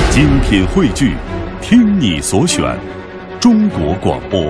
精品汇聚，听你所选，中国广播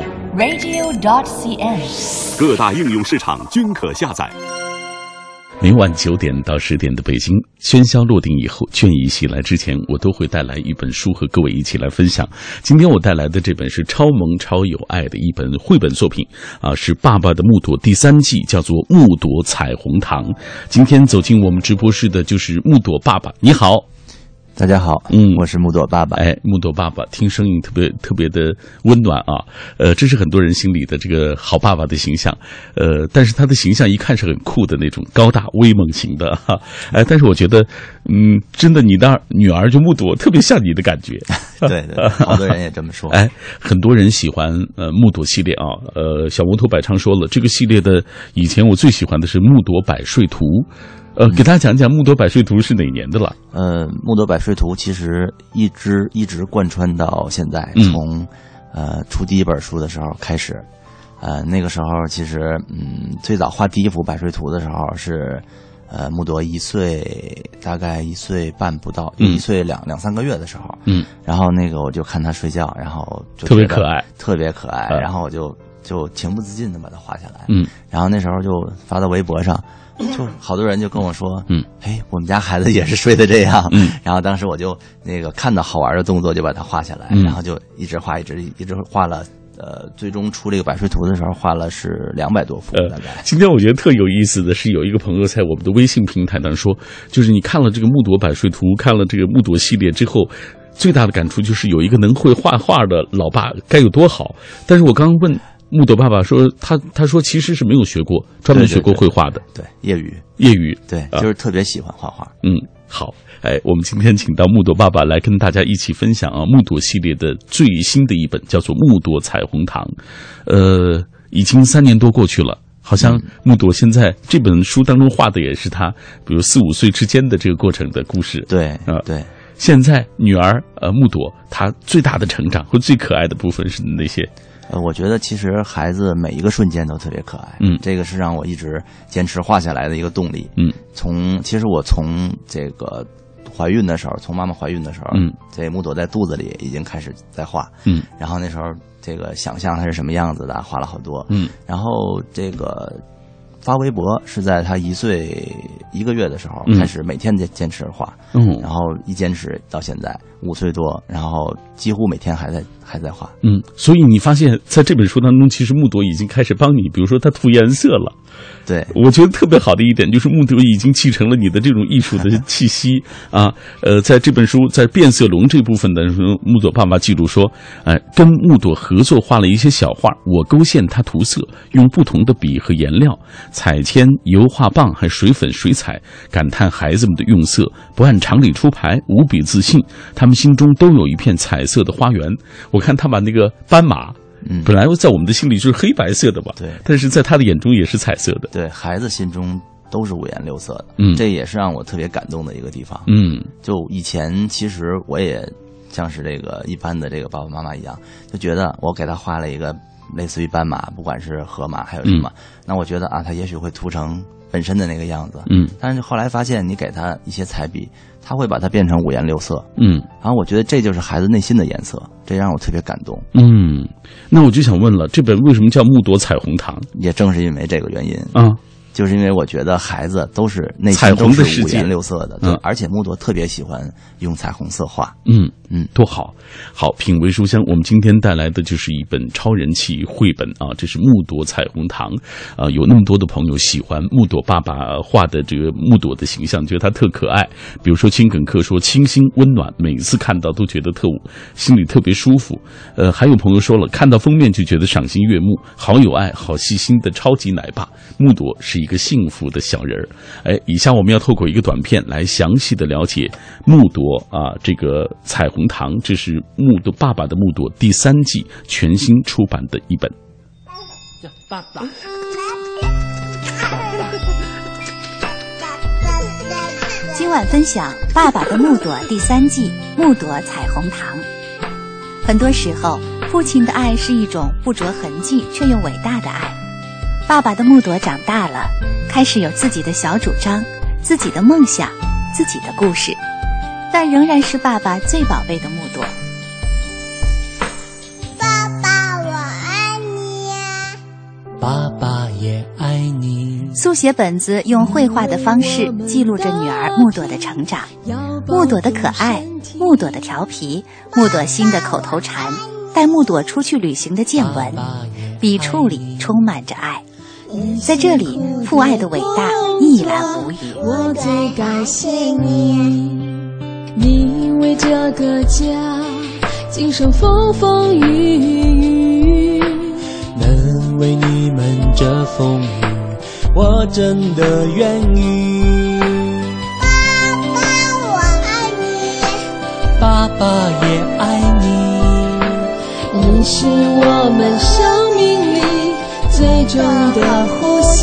radio.cn， 各大应用市场均可下载。 每晚9点到10点的北京，喧嚣落定以后，倦意袭来之前，我都会带来一本书和各位一起来分享。今天我带来的这本是超萌超有爱的一本绘本作品是《爸爸的木朵》第3季，叫做《木朵彩虹糖》。今天走进我们直播室的就是木朵爸爸，你好。 大家好，我是木朵爸爸。 木朵爸爸听声音特别的温暖啊，这是很多人心里的这个好爸爸的形象，但是他的形象一看是很酷的那种高大威猛型的哈，但是我觉得，真的你的女儿就木朵特别像你的感觉， 对，好多人也这么说。 很多人喜欢木朵系列啊，小摩托百昌说了，这个系列的以前我最喜欢的是木朵百岁图。给大家讲讲木朵百岁图是哪年的了？ 木朵百岁图其实一直贯穿到现在，从出第一本书的时候开始，那个时候其实最早画第一幅百岁图的时候是木朵大概1岁半不到，1岁两三个月的时候，然后那个我就看他睡觉，然后就特别可爱， 然后我就情不自禁的把它画下来，然后那时候就发到微博上。就好多人就跟我说，我们家孩子也是睡的这样，然后当时我就那个看到好玩的动作就把它画下来，然后就一直画了，最终出这个百岁图的时候画了是200多幅大概。 今天我觉得特有意思的是，有一个朋友在我们的微信平台上说，就是你看了这个木朵百岁图，看了这个木朵系列之后，最大的感触就是有一个能会画画的老爸该有多好。但是我刚刚问木朵爸爸说，他说其实是没有学过，专门学过绘画的， 对，业余，对，就是特别喜欢画画。 好，我们今天请到木朵爸爸来跟大家一起分享木朵系列的最新的一本，叫做《木朵彩虹糖》。已经3年多过去了，好像木朵现在这本书当中画的也是他，比如4、5岁之间的这个过程的故事。 对。 现在女儿木朵，她最大的成长和最可爱的部分是哪些？ 我觉得其实孩子每一个瞬间都特别可爱，这个是让我一直坚持画下来的一个动力。其实我从这个怀孕的时候，从妈妈怀孕的时候，这木朵在肚子里已经开始在画，然后那时候这个想象它是什么样子的，画了好多，然后这个发微博是在他1岁1个月的时候开始每天坚持画，然后一坚持到现在5岁多，然后几乎每天还在画。 所以你发现在这本书当中，其实木朵已经开始帮你，比如说他涂颜色了。 对， 我觉得特别好的一点就是木朵已经继承了你的这种艺术的气息啊。在这本书在变色龙这部分的时候，木朵爸爸记录说，跟木朵合作画了一些小画，我勾线，他涂色，用不同的笔和颜料，彩铅、油画棒还水粉、水彩，感叹孩子们的用色不按常理出牌，无比自信，他们心中都有一片彩色的花园。我看他把那个斑马。本来在我们的心里就是黑白色的吧， 对， 但是在他的眼中也是彩色的。 对，孩子心中都是五颜六色的，这也是让我特别感动的一个地方。就以前其实我也像是这个一般的这个爸爸妈妈一样，就觉得我给他画了一个类似于斑马，不管是河马还有什么，那我觉得他也许会涂成本身的那个样子，但是后来发现你给他一些彩笔，他会把它变成五颜六色，然后我觉得这就是孩子内心的颜色，这让我特别感动。 那我就想问了，这本为什么叫木朵彩虹糖？ 也正是因为这个原因就是因为我觉得孩子都是内心都是五颜六色的，对，而且木朵特别喜欢用彩虹色画， 多好。好，品味书香，我们今天带来的就是一本超人气绘本啊，这是木朵彩虹糖有那么多的朋友喜欢木朵爸爸画的这个木朵的形象，觉得他特可爱。比如说青梗客说清新温暖，每次看到都觉得心里特别舒服。还有朋友说了，看到封面就觉得赏心悦目，好有爱，好细心的超级奶爸。木朵是一个幸福的小人儿。以下我们要透过一个短片来详细的了解木朵这个彩虹糖，这是木朵爸爸的木朵第3季全新出版的一本。 爸爸。 今晚分享《爸爸的木朵》第3季木朵彩虹糖。很多时候，父亲的爱是一种不着痕迹却又伟大的爱。爸爸的木朵长大了，开始有自己的小主张，自己的梦想，自己的故事。 但仍然是爸爸最宝贝的木朵。 爸爸，我爱你。 爸爸也爱你。 速写本子用绘画的方式记录着女儿木朵的成长，木朵的可爱，木朵的调皮，木朵新的口头禅，带木朵出去旅行的见闻，笔触里充满着爱。在这里，父爱的伟大一览无余。 我最感谢你，你为这个家经受风风雨雨， 能为你们这风雨，我真的愿意。 爸爸，我爱你。 爸爸也爱你， 你是我们生命里最重的呼吸。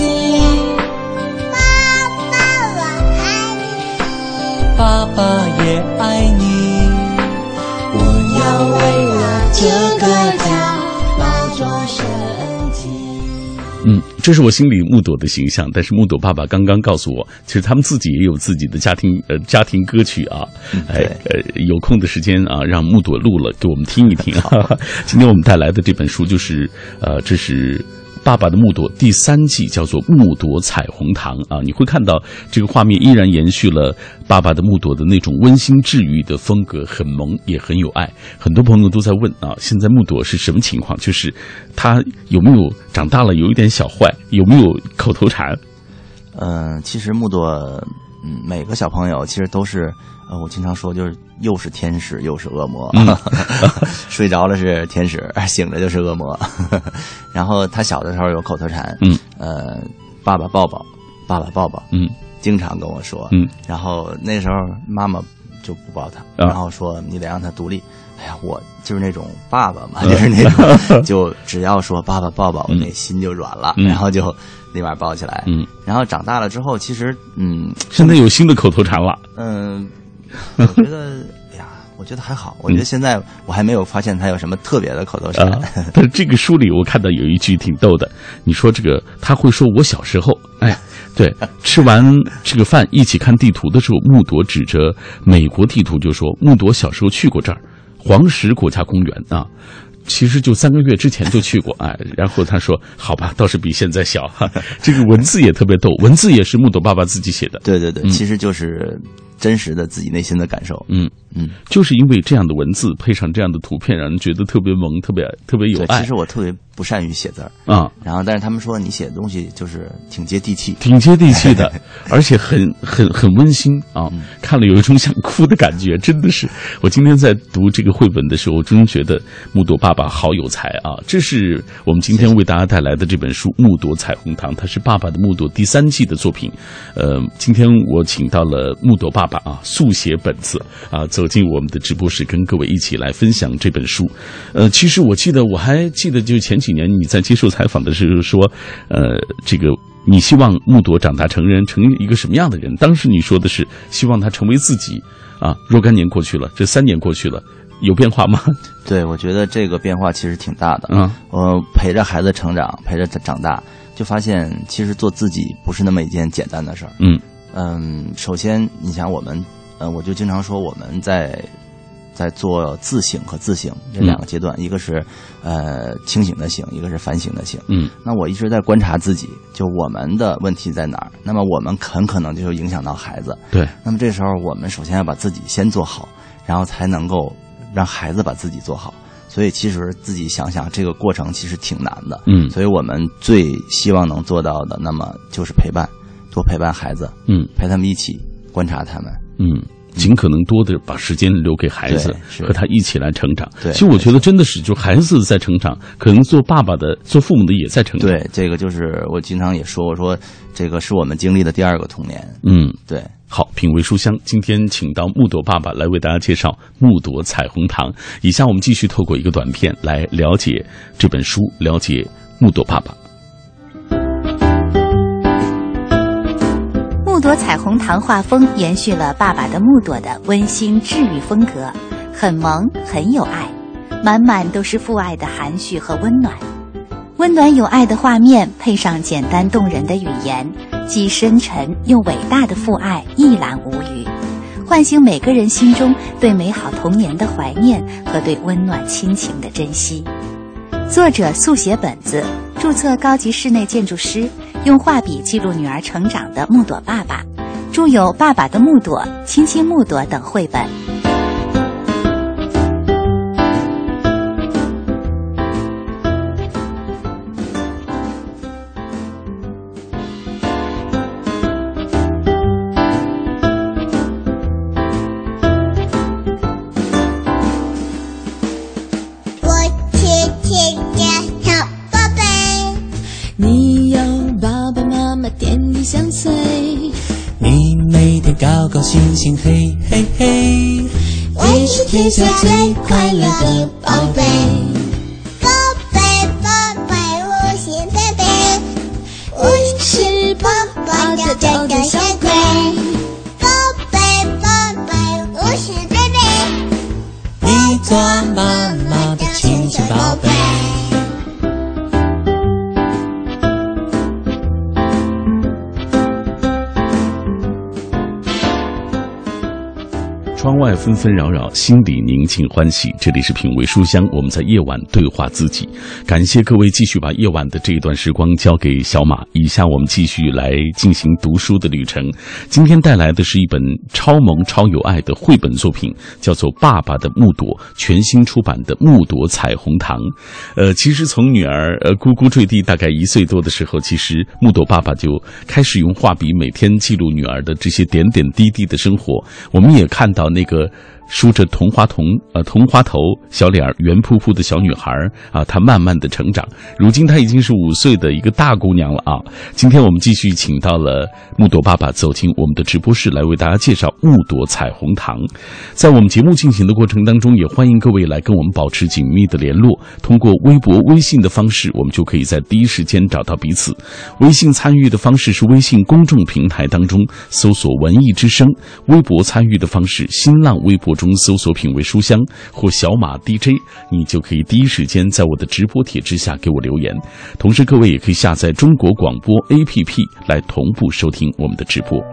爸爸，我爱你。 爸爸也爱你，我要为了这个家保重身体。 这是我心里木朵的形象，但是木朵爸爸刚刚告诉我，其实他们自己也有自己的家庭歌曲啊，有空的时间啊，让木朵录了给我们听一听啊。今天我们带来的这本书就是这是爸爸的木朵第3季，叫做《木朵彩虹糖》啊，你会看到这个画面依然延续了爸爸的木朵的那种温馨治愈的风格，很萌也很有爱。很多朋友都在问啊，现在木朵是什么情况？就是他有没有长大了有一点小坏，有没有口头禅？ 其实木朵，每个小朋友其实都是，我经常说就是又是天使又是恶魔，睡着了是天使，醒着就是恶魔。然后他小的时候有口头禅，爸爸抱抱，爸爸抱抱，经常跟我说，然后那时候妈妈就不抱他，然后说你得让他独立。哎呀，我就是那种爸爸嘛，就是那种，就只要说爸爸抱抱，我那心就软了，然后就立马抱起来。然后长大了之后，其实现在有新的口头禅了。 我觉得，哎呀，我觉得还好。我觉得现在我还没有发现他有什么特别的口头禅。 但是这个书里我看到有一句挺逗的，你说这个他会说我小时候，对，吃完这个饭一起看地图的时候，木朵指着美国地图就说木朵小时候去过这儿，黄石国家公园啊。其实就3个月之前就去过，然后他说好吧，倒是比现在小。这个文字也特别逗，文字也是木朵爸爸自己写的。 对，其实就是真实的自己内心的感受。 就是因为这样的文字配上这样的图片，让人觉得特别萌，特别有爱。 其实我特别不善于写字儿啊， 然后但是他们说你写的东西就是挺接地气的，而且很温馨啊，看了有一种想哭的感觉，真的是。我今天在读这个绘本的时候，真觉得木朵爸爸好有才啊！这是我们今天为大家带来的这本书《木朵彩虹糖》，它是爸爸的木朵第3季的作品。今天我请到了木朵爸爸啊，速写本子啊，走进我们的直播室，跟各位一起来分享这本书。其实我还记得，就是前几年你在接受采访的时候说，这个你希望木朵长大成人，成一个什么样的人？当时你说的是希望他成为自己啊。若干年过去了，这3年过去了，有变化吗？ 对，我觉得这个变化其实挺大的。我陪着孩子成长，陪着他长大，就发现其实做自己不是那么一件简单的事儿。首先你想我们，我就经常说我们在做自省和自省这2个阶段，一个是清醒的醒，一个是反省的醒。那我一直在观察自己，就我们的问题在哪儿，那么我们很可能就影响到孩子。 对， 那么这时候我们首先要把自己先做好，然后才能够让孩子把自己做好。所以其实自己想想，这个过程其实挺难的。所以我们最希望能做到的，那么就是陪伴，多陪伴孩子，陪他们一起观察他们， 尽可能多的把时间留给孩子，和他一起来成长。 对， 其实我觉得真的是，就孩子在成长，可能做爸爸的、做父母的也在成长。 对，这个就是我经常也说，我说这个是我们经历的第2个童年。对。 好，品味书香，今天请到木朵爸爸来为大家介绍《木朵彩虹糖》。以下我们继续透过一个短片来了解这本书，了解木朵爸爸。 木朵彩虹糖画风延续了爸爸的木朵的温馨治愈风格，很萌，很有爱，满满都是父爱的含蓄和温暖。温暖有爱的画面配上简单动人的语言，既深沉又伟大的父爱一览无余。 唤醒每个人心中对美好童年的怀念和对温暖亲情的珍惜。作者速写本子，注册高级室内建筑师，用画笔记录女儿成长的木朵爸爸，著有《爸爸的木朵》《亲亲木朵》等绘本。 高高兴兴嘿嘿嘿，我是天下最快乐的宝贝。 宝贝宝贝，我是贝贝，我是爸爸的小小小龟。宝贝宝贝，我是贝贝， 你做妈妈的亲亲宝贝。 窗外纷纷扰扰，心里宁静欢喜。这里是品味书香，我们在夜晚对话自己。感谢各位继续把夜晚的这一段时光交给小马。以下我们继续来进行读书的旅程。今天带来的是一本超萌超有爱的绘本作品，叫做《爸爸的木朵》，全新出版的木朵彩虹糖。其实从女儿呱呱坠地大概1岁多的时候，其实木朵爸爸就开始用画笔每天记录女儿的这些点点滴滴的生活。我们也看到那个梳着铜花头小脸圆扑扑的小女孩啊，她慢慢的成长，如今她已经是5岁的一个大姑娘了啊。今天我们继续请到了木朵爸爸走进我们的直播室，来为大家介绍木朵彩虹糖。在我们节目进行的过程当中，也欢迎各位来跟我们保持紧密的联络，通过微博微信的方式，我们就可以在第一时间找到彼此。微信参与的方式是微信公众平台当中搜索文艺之声，微博参与的方式新浪微博中搜索品味书香或小马 DJ， 你就可以第一时间在我的直播帖之下给我留言。同时各位也可以下载中国广播 APP 来同步收听我们的直播。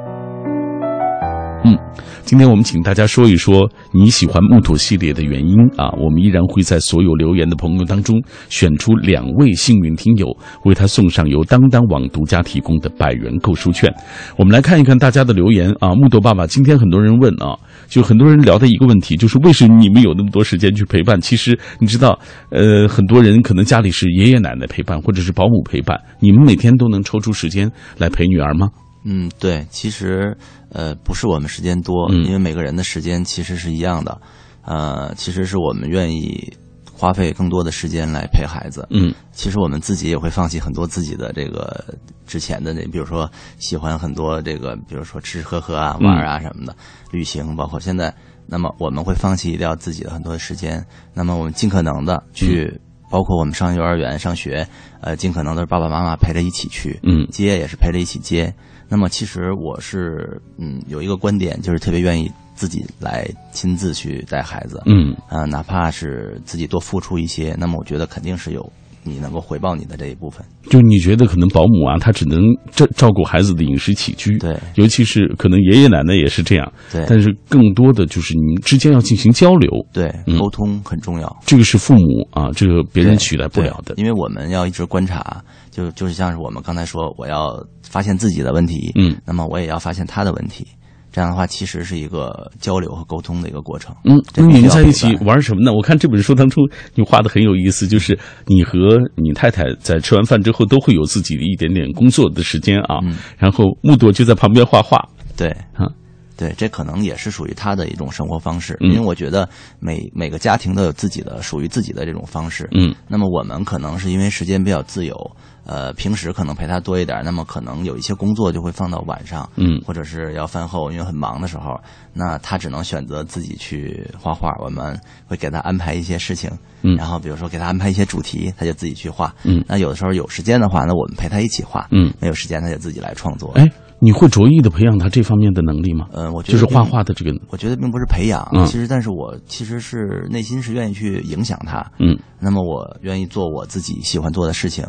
今天我们请大家说一说你喜欢木朵系列的原因啊！我们依然会在所有留言的朋友当中选出2位幸运听友，为他送上由当当网独家提供的100元购书券。我们来看一看大家的留言啊！木朵爸爸，今天很多人问啊，就很多人聊的一个问题，就是为什么你们有那么多时间去陪伴？其实你知道，很多人可能家里是爷爷奶奶陪伴，或者是保姆陪伴，你们每天都能抽出时间来陪女儿吗？ 对，其实不是我们时间多，因为每个人的时间其实是一样的，其实是我们愿意花费更多的时间来陪孩子。其实我们自己也会放弃很多自己的这个之前的比如说喜欢很多这个，比如说吃喝喝啊、玩啊什么的，旅行，包括现在，那么我们会放弃掉自己的很多的时间，那么我们尽可能的去。包括我们上幼儿园上学，尽可能的是爸爸妈妈陪着一起去，接也是陪着一起接。那么其实我是有一个观点，就是特别愿意自己来亲自去带孩子，哪怕是自己多付出一些，那么我觉得肯定是有你能够回报你的这一部分。 就你觉得可能保姆啊，他只能照顾孩子的饮食起居， 对， 尤其是可能爷爷奶奶也是这样， 对。 但是更多的就是你们之间要进行交流， 对，沟通很重要。 这个是父母啊，这个别人取代不了的， 因为我们要一直观察，就是像是我们刚才说，我要发现自己的问题，那么我也要发现他的问题。这样的话，其实是一个交流和沟通的一个过程。 那你们在一起玩什么呢？我看这本书当中你画的很有意思，就是你和你太太在吃完饭之后都会有自己的一点点工作的时间啊，然后木朵就在旁边画画。 对，对，这可能也是属于他的一种生活方式，因为我觉得每个家庭都有自己的属于自己的这种方式。那么我们可能是因为时间比较自由。平时可能陪他多一点，那么可能有一些工作就会放到晚上，或者是要饭后，因为很忙的时候，那他只能选择自己去画画。我们会给他安排一些事情，然后比如说给他安排一些主题，他就自己去画。那有的时候有时间的话呢，我们陪他一起画。没有时间他就自己来创作。 你会着意的培养他这方面的能力吗？ 我觉得就是画画的这个， 我觉得并不是培养，其实但是我其实是内心是愿意去影响他。那么我愿意做我自己喜欢做的事情。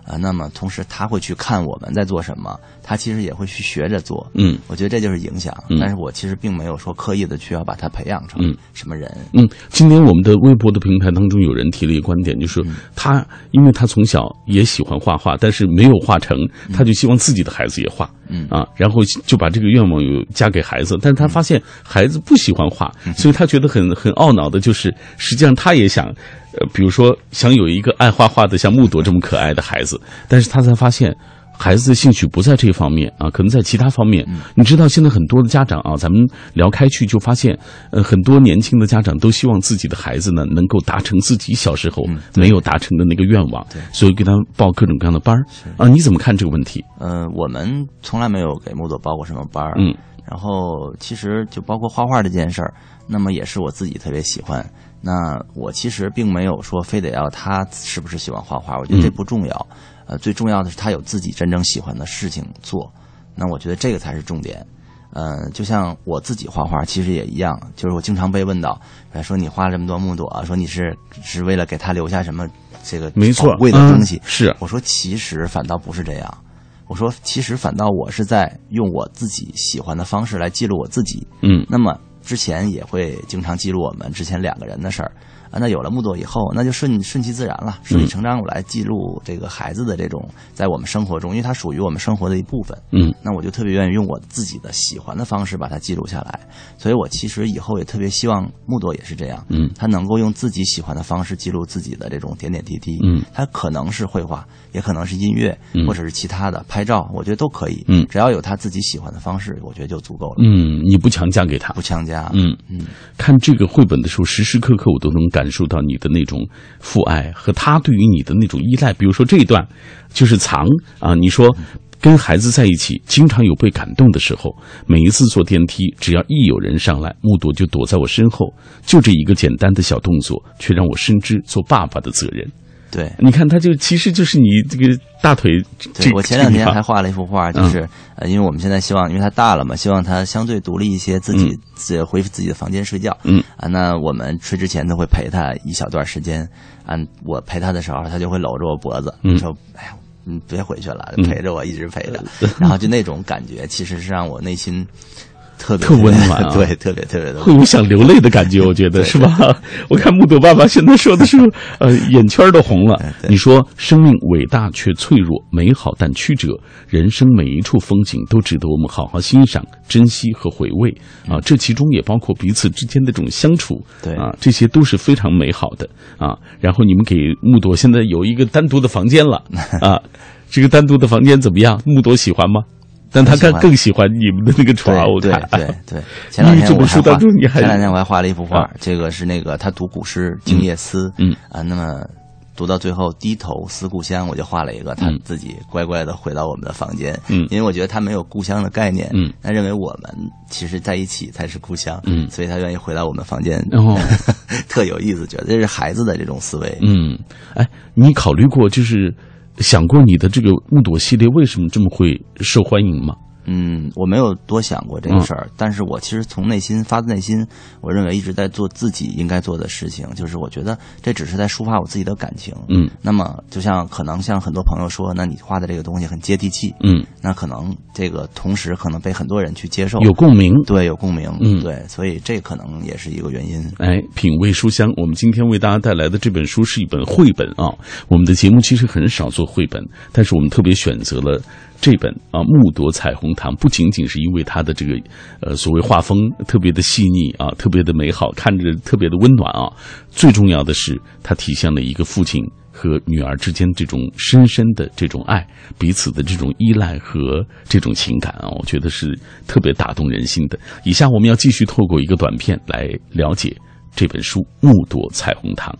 那么同时他会去看我们在做什么，他其实也会去学着做。我觉得这就是影响。但是我其实并没有说刻意的去要把他培养成什么人。 今天我们的微博的平台当中有人提了一个观点，就是他因为他从小也喜欢画画，但是没有画成，他就希望自己的孩子也画。然后就把这个愿望有加给孩子，但是他发现孩子不喜欢画，所以他觉得很懊恼的，就是实际上他也想，比如说想有一个爱画画的像木朵这么可爱的孩子，但是他才发现孩子的兴趣不在这方面啊，可能在其他方面。你知道现在很多的家长啊，咱们聊开去就发现，很多年轻的家长都希望自己的孩子呢能够达成自己小时候没有达成的那个愿望，所以给他报各种各样的班儿啊。你怎么看这个问题？ 我们从来没有给木朵报过什么班儿。然后其实就包括画画这件事儿，那么也是我自己特别喜欢。那我其实并没有说非得要他是不是喜欢画画，我觉得这不重要。最重要的是他有自己真正喜欢的事情做，那我觉得这个才是重点。就像我自己画画其实也一样，就是我经常被问到，说你画这么多木朵，说你是为了给他留下什么这个宝贵的东西。 是， 我说其实反倒不是这样，我说其实反倒我是在用我自己喜欢的方式来记录我自己。那么之前也会经常记录我们之前2个人的事儿。那有了木朵以后，那就顺其自然了，顺理成章我来记录这个孩子的这种在我们生活中，因为它属于我们生活的一部分。那我就特别愿意用我自己的喜欢的方式把它记录下来。所以我其实以后也特别希望木朵也是这样，他能够用自己喜欢的方式记录自己的这种点点滴滴。他可能是绘画，也可能是音乐，或者是其他的拍照，我觉得都可以。只要有他自己喜欢的方式，我觉得就足够了。 你不强加给他， 不强加。 看这个绘本的时候，时时刻刻我都能感受到你的那种父爱和他对于你的那种依赖。比如说这一段就是藏啊，你说跟孩子在一起经常有被感动的时候，每一次坐电梯只要一有人上来，木朵就躲在我身后，就这一个简单的小动作却让我深知做爸爸的责任。 对， 你看他就其实就是你这个大腿。 对，我前2天还画了一幅画，就是因为我们现在希望，因为他大了嘛，希望他相对独立一些，自己回自己的房间睡觉。那我们睡之前都会陪他一小段时间。我陪他的时候，他就会搂着我脖子，说：“哎呀，你别回去了，陪着我，一直陪着。”然后就那种感觉，其实是让我内心特温暖啊， 对，特别的， 会有想流泪的感觉，我觉得是吧？我看木朵爸爸现在说的是，眼圈都红了。你说生命伟大却脆弱，美好但曲折，人生每一处风景都值得我们好好欣赏、珍惜和回味啊！这其中也包括彼此之间的这种相处， 对啊，这些都是非常美好的啊。然后你们给木朵现在有一个单独的房间了啊，这个单独的房间怎么样？木朵喜欢吗？但他更喜欢你们的那个床，我看。 对。前2天我还画了一幅画，这个是那个他读古诗《静夜思》。那么读到最后低头思故乡，我就画了一个他自己乖乖的回到我们的房间。因为我觉得他没有故乡的概念。他认为我们其实在一起才是故乡。所以他愿意回到我们房间。特有意思，觉得这是孩子的这种思维。 哎，你考虑过就是想过你的这个木朵系列为什么这么会受欢迎吗？ 我没有多想过这个事儿，但是我其实从发自内心，我认为一直在做自己应该做的事情，就是我觉得这只是在抒发我自己的感情。那么就可能像很多朋友说，那你画的这个东西很接地气。那可能这个同时可能被很多人去接受， 有共鸣。 对，有共鸣。对，所以这可能也是一个原因。 哎，品味书香，我们今天为大家带来的这本书是一本绘本啊。我们的节目其实很少做绘本，但是我们特别选择了这本啊，木朵彩虹糖，不仅仅是因为它的这个所谓画风特别的细腻啊，特别的美好，看着特别的温暖啊。最重要的是，它体现了一个父亲和女儿之间这种深深的这种爱，彼此的这种依赖和这种情感啊，我觉得是特别打动人心的。以下我们要继续透过一个短片来了解这本书《木朵彩虹糖》。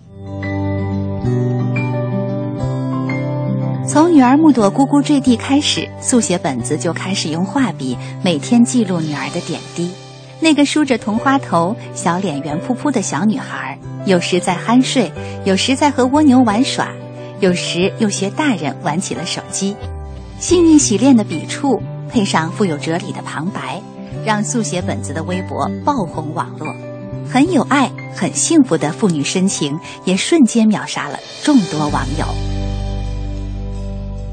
从女儿木朵咕咕坠地开始，速写本子就开始用画笔每天记录女儿的点滴。那个梳着同花头、小脸圆扑扑的小女孩，有时在酣睡，有时在和蜗牛玩耍，有时又学大人玩起了手机。细腻洗练的笔触配上富有哲理的旁白，让速写本子的微博爆红网络。很有爱、很幸福的父女深情，也瞬间秒杀了众多网友。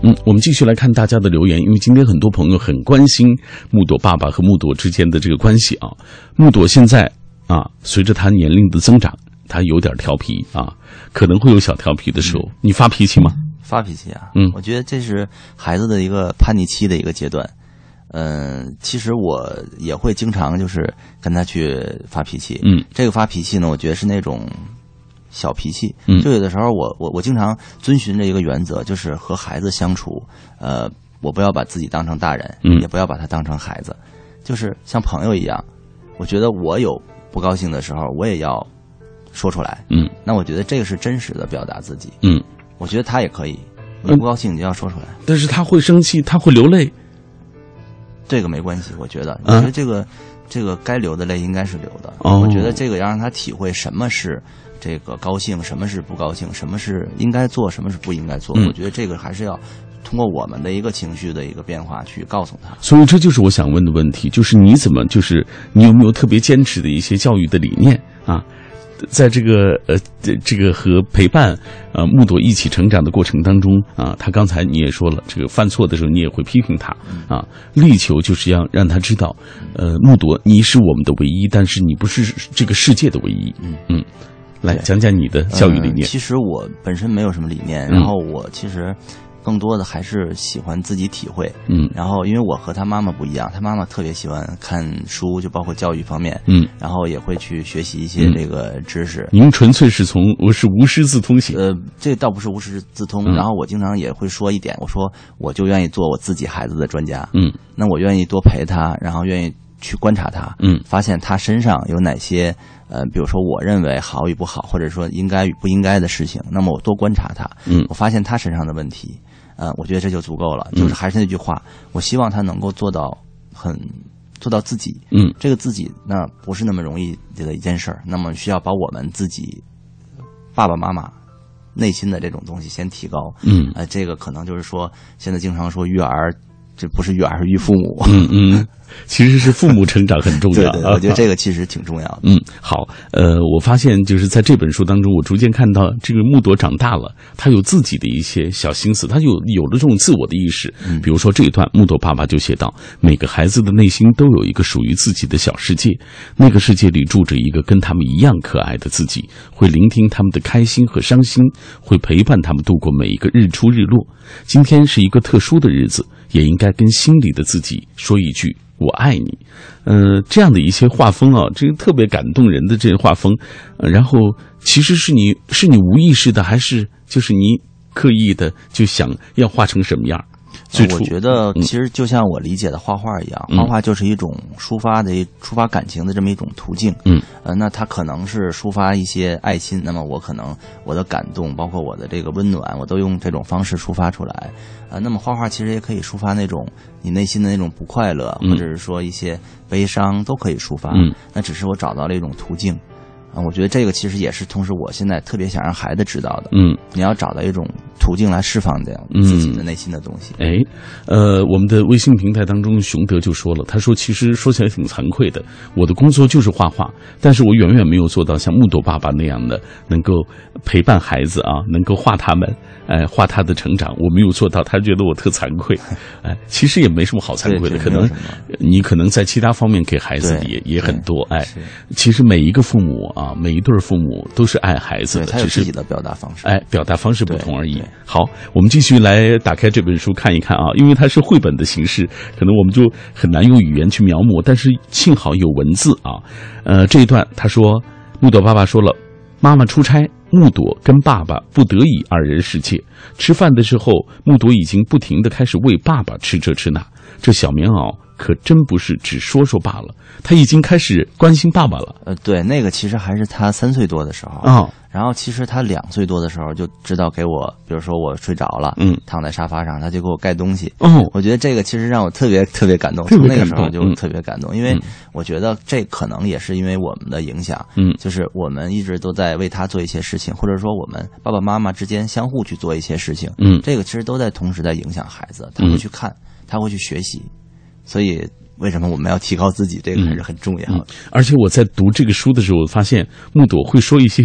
我们继续来看大家的留言，因为今天很多朋友很关心木朵爸爸和木朵之间的这个关系啊。木朵现在啊，随着他年龄的增长，他有点调皮啊，可能会有小调皮的时候。你发脾气吗？ 发脾气啊，我觉得这是孩子的一个叛逆期的一个阶段。其实我也会经常就是跟他去发脾气。这个发脾气呢，我觉得是那种小脾气。就有的时候我经常遵循着一个原则，就是和孩子相处，我不要把自己当成大人，也不要把他当成孩子，就是像朋友一样。我觉得我有不高兴的时候，我也要说出来。那我觉得这个是真实的表达自己。我觉得他也可以，你不高兴你就要说出来。 但是他会生气，他会流泪。 这个没关系，我觉得这个该流的泪应该是流的。我觉得这个要让他体会什么是这个高兴，什么是不高兴，什么是应该做，什么是不应该做。我觉得这个还是要通过我们的一个情绪的一个变化去告诉他。 所以这就是我想问的问题，就是你怎么，就是你有没有特别坚持的一些教育的理念啊？在这个和陪伴木朵一起成长的过程当中啊，他刚才你也说了，这个犯错的时候你也会批评他啊，力求就是要让他知道，木朵你是我们的唯一，但是你不是这个世界的唯一。来讲讲你的教育理念。 其实我本身没有什么理念，然后我其实更多的还是喜欢自己体会。然后因为我和他妈妈不一样，他妈妈特别喜欢看书，就包括教育方面。然后也会去学习一些这个知识。 您纯粹是无师自通型。 这倒不是无师自通。然后我经常也会说一点，我说我就愿意做我自己孩子的专家。那我愿意多陪他，然后愿意去观察他。发现他身上有哪些比如说我认为好与不好，或者说应该与不应该的事情，那么我多观察他。我发现他身上的问题。我觉得这就足够了。就是还是那句话，我希望他能够做到自己。这个自己那不是那么容易的一件事儿，那么需要把我们自己爸爸妈妈内心的这种东西先提高。这个可能就是说现在经常说育儿，这不是育儿，是育父母。 其实是父母成长很重要。 对，我觉得这个其实挺重要的。 好，我发现就是在这本书当中，我逐渐看到这个木朵长大了，他有自己的一些小心思，他有了这种自我的意识。比如说这一段，木朵爸爸就写道：每个孩子的内心都有一个属于自己的小世界，那个世界里住着一个跟他们一样可爱的自己，会聆听他们的开心和伤心，会陪伴他们度过每一个日出日落。今天是一个特殊的日子，也应该跟心里的自己说一句我爱你。这样的一些画风啊，这个特别感动人的这些画风。然后其实是你无意识的，还是就是你刻意的就想要画成什么样？ 我觉得其实就像我理解的画画一样，画画就是一种抒发感情的这么一种途径。那它可能是抒发一些爱心，那么我可能我的感动，包括我的这个温暖，我都用这种方式抒发出来。那么画画其实也可以抒发那种你内心的那种不快乐，或者是说一些悲伤都可以抒发。那只是我找到了一种途径。我觉得这个其实也是同时我现在特别想让孩子知道的。你要找到一种途径来释放这样自己的内心的东西。 我们的微信平台当中，熊德就说了，他说其实说起来挺惭愧的，我的工作就是画画，但是我远远没有做到像木朵爸爸那样的能够陪伴孩子啊，能够画他们，画他的成长，我没有做到，他觉得我特惭愧。其实也没什么好惭愧的，可能你可能在其他方面给孩子也很多。其实每一个父母啊，每一对父母都是爱孩子的， 他有自己的表达方式。 表达方式不同而已。好，我们继续来打开这本书看一看啊，因为它是绘本的形式，可能我们就很难用语言去描摹，但是幸好有文字啊。这一段他说，木朵爸爸说了，妈妈出差，木朵跟爸爸不得已二人世界。吃饭的时候，木朵已经不停地开始喂爸爸吃这吃那，这小棉袄可真不是只说说罢了，他已经开始关心爸爸了。 对，那个其实还是他3岁多的时候。然后其实他2岁多的时候就知道给我，比如说我睡着了，躺在沙发上，他就给我盖东西。我觉得这个其实让我特别特别感动，从那个时候就特别感动，因为我觉得这可能也是因为我们的影响。就是我们一直都在为他做一些事情，或者说我们爸爸妈妈之间相互去做一些事情。这个其实都在同时在影响孩子，他会去看，他会去学习。所以为什么我们要提高自己，这个还是很重要的。 而且我在读这个书的时候，我发现木朵会说一些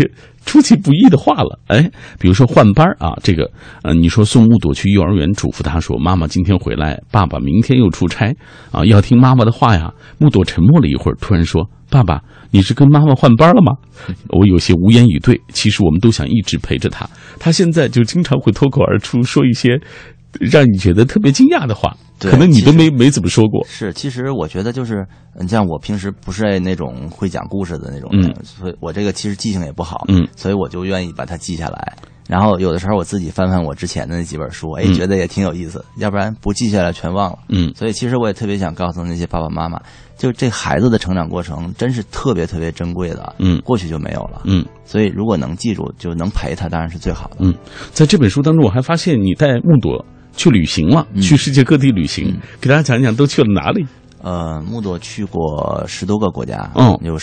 出其不意的话了。哎，比如说换班啊，这个你说送木朵去幼儿园，嘱咐他说妈妈今天回来，爸爸明天又出差啊，要听妈妈的话呀。木朵沉默了一会儿，突然说，爸爸，你是跟妈妈换班了吗？我有些无言以对。其实我们都想一直陪着他，他现在就经常会脱口而出说一些让你觉得特别惊讶的话，可能你都没怎么说过。 是，其实我觉得就是你像我平时不是那种会讲故事的那种人，所以我这个其实记性也不好，所以我就愿意把它记下来。然后有的时候我自己翻翻我之前的那几本书，觉得也挺有意思，要不然不记下来全忘了。所以其实我也特别想告诉那些爸爸妈妈，就这孩子的成长过程真是特别特别珍贵的，过去就没有了。所以如果能记住，就能陪他，当然是最好的。 在这本书当中，我还发现你带木朵去旅行了，去世界各地旅行，给大家讲一讲都去了哪里。 木朵去过10多个国家，有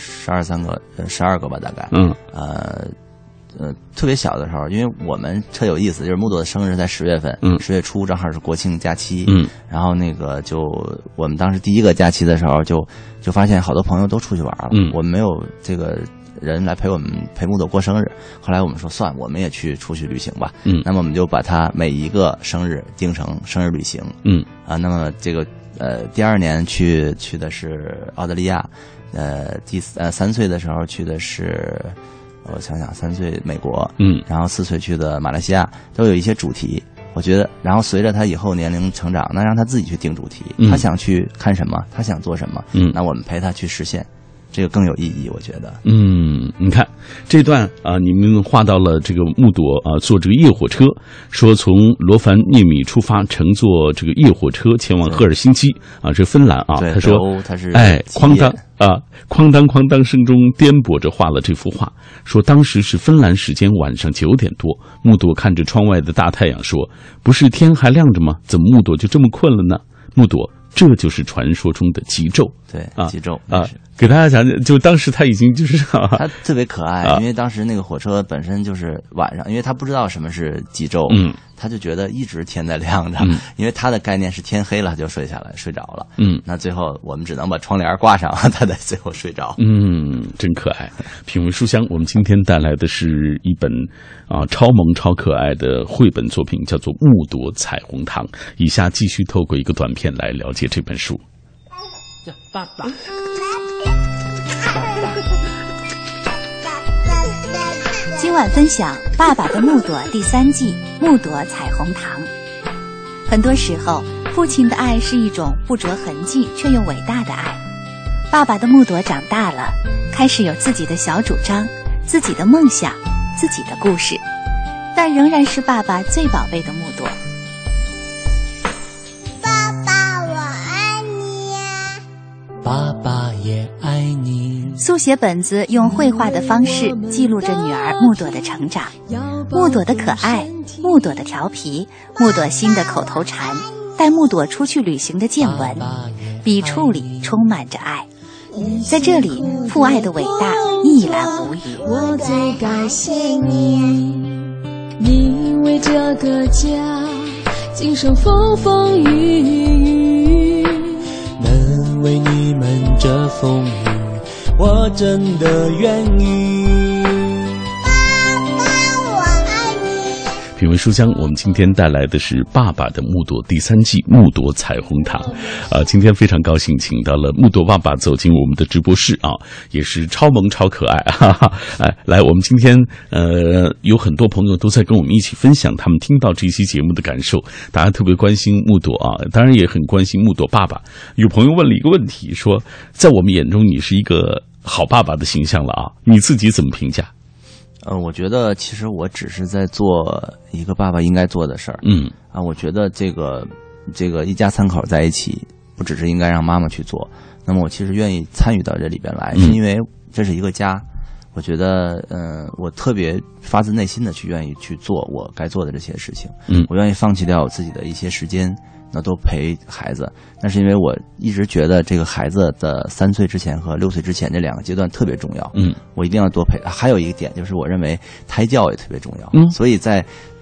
12个吧，大概。特别小的时候，因为我们特有意思，就是木朵的生日在10月份，10月初正好是国庆假期，然后那个我们当时第一个假期的时候就发现好多朋友都出去玩了，我们没有这个人来陪木朵过生日。后来我们说算，我们也出去旅行吧。那么我们就把他每一个生日定成生日旅行。那么这个第2年去的是澳大利亚，3岁的时候去的是。我想想，3岁美国，然后4岁去的马来西亚，都有一些主题。我觉得，然后随着他以后年龄成长，那让他自己去定主题，他想去看什么，他想做什么，那我们陪他去实现，这个更有意义，我觉得。你看这段啊，你们画到了这个木朵啊，坐这个夜火车，说从罗凡涅米出发，乘坐这个夜火车前往赫尔辛基啊，这芬兰啊。他说，他是哐当啊，哐当哐当声中颠簸着画了这幅画。说当时是芬兰时间晚上9点多，木朵看着窗外的大太阳说：“不是天还亮着吗？怎么木朵就这么困了呢？”木朵，这就是传说中的极昼。对啊，极昼啊，给大家讲讲，就当时他已经就是他特别可爱，因为当时那个火车本身就是晚上，因为他不知道什么是极昼，他就觉得一直天在亮着，因为他的概念是天黑了他就睡着了，那最后我们只能把窗帘挂上，他才最后睡着。真可爱。品味书香，我们今天带来的是一本超萌超可爱的绘本作品，叫做《木朵彩虹糖》。以下继续透过一个短片来了解这本书。爸爸。 今晚分享《爸爸的木朵》第3季《木朵彩虹糖》。很多时候，父亲的爱是一种不着痕迹却又伟大的爱。爸爸的木朵长大了，开始有自己的小主张、自己的梦想、自己的故事，但仍然是爸爸最宝贝的木朵。 爸爸，我爱你呀！ 爸爸也爱你。 速写本子用绘画的方式记录着女儿木朵的成长，木朵的可爱，木朵的调皮，木朵新的口头禅，带木朵出去旅行的见闻，笔触里充满着爱。在这里，父爱的伟大一览无遗。 我最感谢你，你为这个家经受风风雨雨， 能为你们这风雨，我真的愿意。 品味书香，我们今天带来的是《爸爸的木朵》第3季《木朵彩虹糖》今天非常高兴，请到了木朵爸爸走进我们的直播室啊，也是超萌超可爱，哈哈！来，我们今天有很多朋友都在跟我们一起分享他们听到这期节目的感受，大家特别关心木朵啊，当然也很关心木朵爸爸。有朋友问了一个问题，说在我们眼中你是一个好爸爸的形象了啊，你自己怎么评价？ 我觉得其实我只是在做一个爸爸应该做的事儿。我觉得这个一家3口在一起，不只是应该让妈妈去做，那么我其实愿意参与到这里边来，是因为这是一个家。我觉得，我特别发自内心的愿意去做我该做的这些事情。我愿意放弃掉我自己的一些时间，那都陪孩子。那是因为我一直觉得这个孩子的3岁之前和6岁之前这2个阶段特别重要。我一定要多陪。还有一个点就是，我认为胎教也特别重要。所以在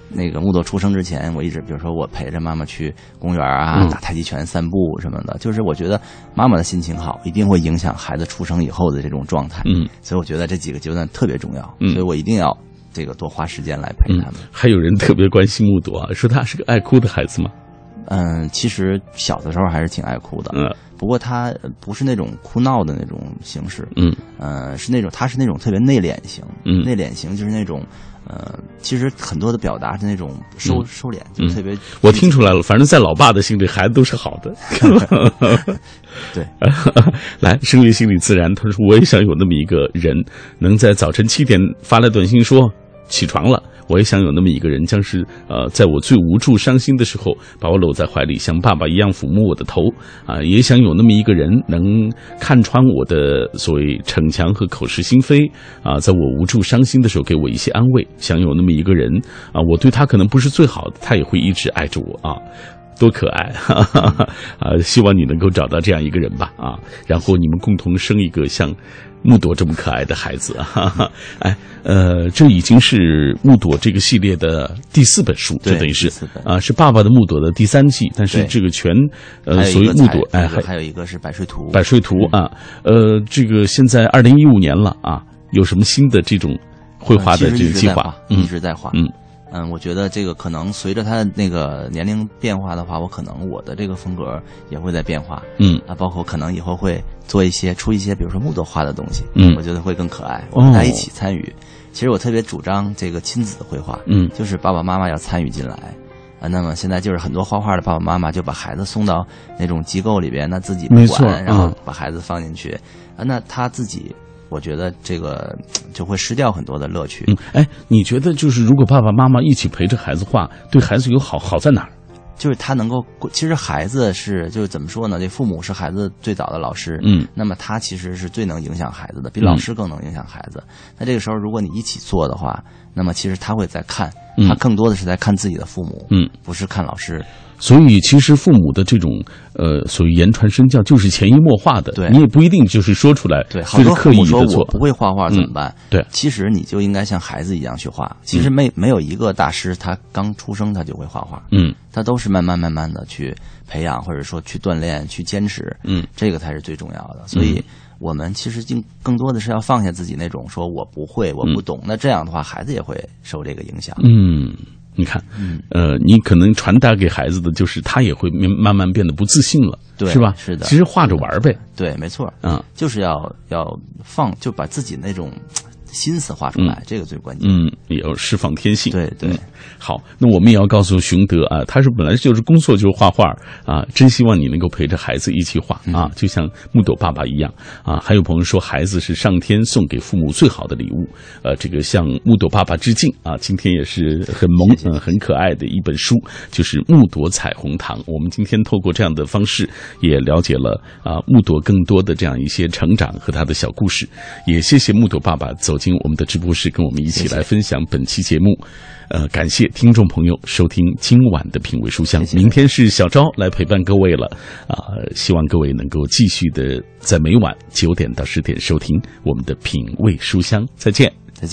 那个木朵出生之前，我一直比如说我陪着妈妈去公园啊，打太极拳、散步什么的，就是我觉得妈妈的心情好，一定会影响孩子出生以后的这种状态。所以我觉得这几个阶段特别重要，所以我一定要这个多花时间来陪他们。 还有人特别关心木朵啊，说他是个爱哭的孩子吗？ 其实小的时候还是挺爱哭的，不过他不是那种哭闹的那种形式，他是那种特别内敛型，内敛型就是那种。其实很多的表达是那种收敛，就特别。 我听出来了，反正在老爸的心里，孩子都是好的。 对， 来，声乐心理自然，他说我也想有那么一个人，能在早晨7点发来短信说起床了。我也想有那么一个人，将是在我最无助、伤心的时候，把我搂在怀里，像爸爸一样抚摸我的头啊！也想有那么一个人，能看穿我的所谓逞强和口是心非啊，在我无助、伤心的时候给我一些安慰。想有那么一个人啊，我对他可能不是最好的，他也会一直爱着我啊。多可爱希望你能够找到这样一个人吧啊，然后你们共同生一个像木朵这么可爱的孩子这已经是木朵这个系列的第4本书，就等于是是爸爸的木朵的第3季，但是这个所谓木朵还有一个是百岁图啊，这个现在2015年了啊，有什么新的这种绘画的这个计划？ 一直在画。我觉得这个可能随着他那个年龄变化的话，我可能我的这个风格也会在变化。包括可能以后会出一些，比如说木朵画的东西。我觉得会更可爱，我们大家一起参与。其实我特别主张这个亲子绘画，就是爸爸妈妈要参与进来。那么现在就是很多画画的爸爸妈妈就把孩子送到那种机构里边，那自己不管，然后把孩子放进去，那他自己。我觉得这个就会失掉很多的乐趣。 你觉得就是如果爸爸妈妈一起陪着孩子画，对孩子有好在哪儿？ 就是他能够，其实孩子就是怎么说呢？这父母是孩子最早的老师，那么他其实是最能影响孩子的，比老师更能影响孩子。那这个时候，如果你一起做的话，那么其实他会在看，他更多的是在看自己的父母，不是看老师。 所以其实父母的这种所谓言传身教就是潜移默化的， 对， 你也不一定就是说出来， 对，好多刻意的做。 说我不会画画怎么办？ 对， 其实你就应该像孩子一样去画。其实没有一个大师他刚出生他就会画画，他都是慢慢的去培养，或者说去锻炼、去坚持，这个才是最重要的。所以我们其实更多的是要放下自己那种说我不会、我不懂，那这样的话孩子也会受这个影响。 你看，你可能传达给孩子的就是他也会慢慢变得不自信了， 对， 是吧？ 是的， 其实画着玩呗， 对，没错，就是要就把自己那种心思画出来，这个最关键。 也要释放天性。 对对， 好，那我们也要告诉熊德啊，他是本来就是工作就是画画啊，真希望你能够陪着孩子一起画啊，就像木朵爸爸一样啊。还有朋友说，孩子是上天送给父母最好的礼物，这个向木朵爸爸致敬啊。今天也是很萌很可爱的一本书，就是木朵彩虹糖。我们今天透过这样的方式，也了解了木朵更多的这样一些成长和他的小故事。也谢谢木朵爸爸走进我们的直播室，跟我们一起来分享本期节目。感谢听众朋友收听今晚的品味书香，明天是小昭来陪伴各位了希望各位能够继续的在每晚9点到10点收听我们的品味书香。再见。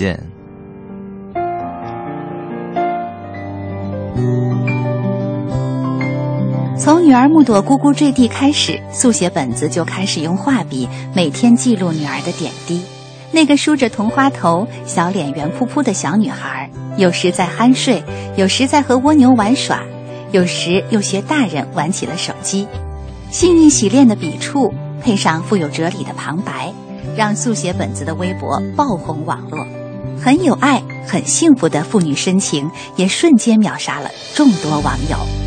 从女儿木朵咕咕坠地开始，速写本子就开始用画笔每天记录女儿的点滴。那个梳着同花头、小脸圆扑扑的小女孩，有时在酣睡，有时在和蜗牛玩耍，有时又学大人玩起了手机。细腻洗练的笔触配上富有哲理的旁白，让速写本子的微博爆红网络。很有爱、很幸福的父女深情，也瞬间秒杀了众多网友。